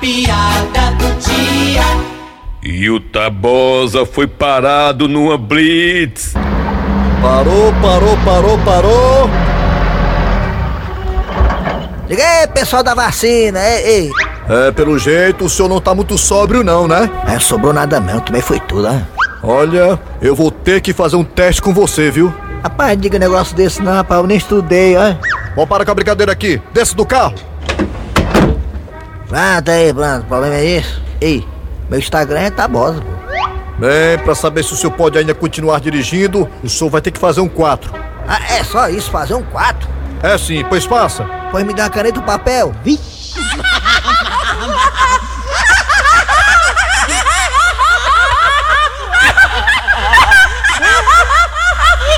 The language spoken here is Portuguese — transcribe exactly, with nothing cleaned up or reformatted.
piada do dia. E o Tabosa foi parado numa blitz. Parou, parou, parou, parou. Diga aí, pessoal da vacina, ei, ei. É, pelo jeito o senhor não tá muito sóbrio não, né? É, sobrou nada não, também foi tudo, né? Olha, eu vou ter que fazer um teste com você, viu? Rapaz, diga um negócio desse não, rapaz, eu nem estudei, ó. Vamos parar com a brincadeira aqui, desce do carro. Pronto aí, pronto, o problema é isso. Ei, meu Instagram é Tabosa, pô. Bem, pra saber se o senhor pode ainda continuar dirigindo, o senhor vai ter que fazer um quatro. Ah, é só isso, fazer um quatro? É sim, pois faça. Pois me dá uma caneta e um papel. Vixe.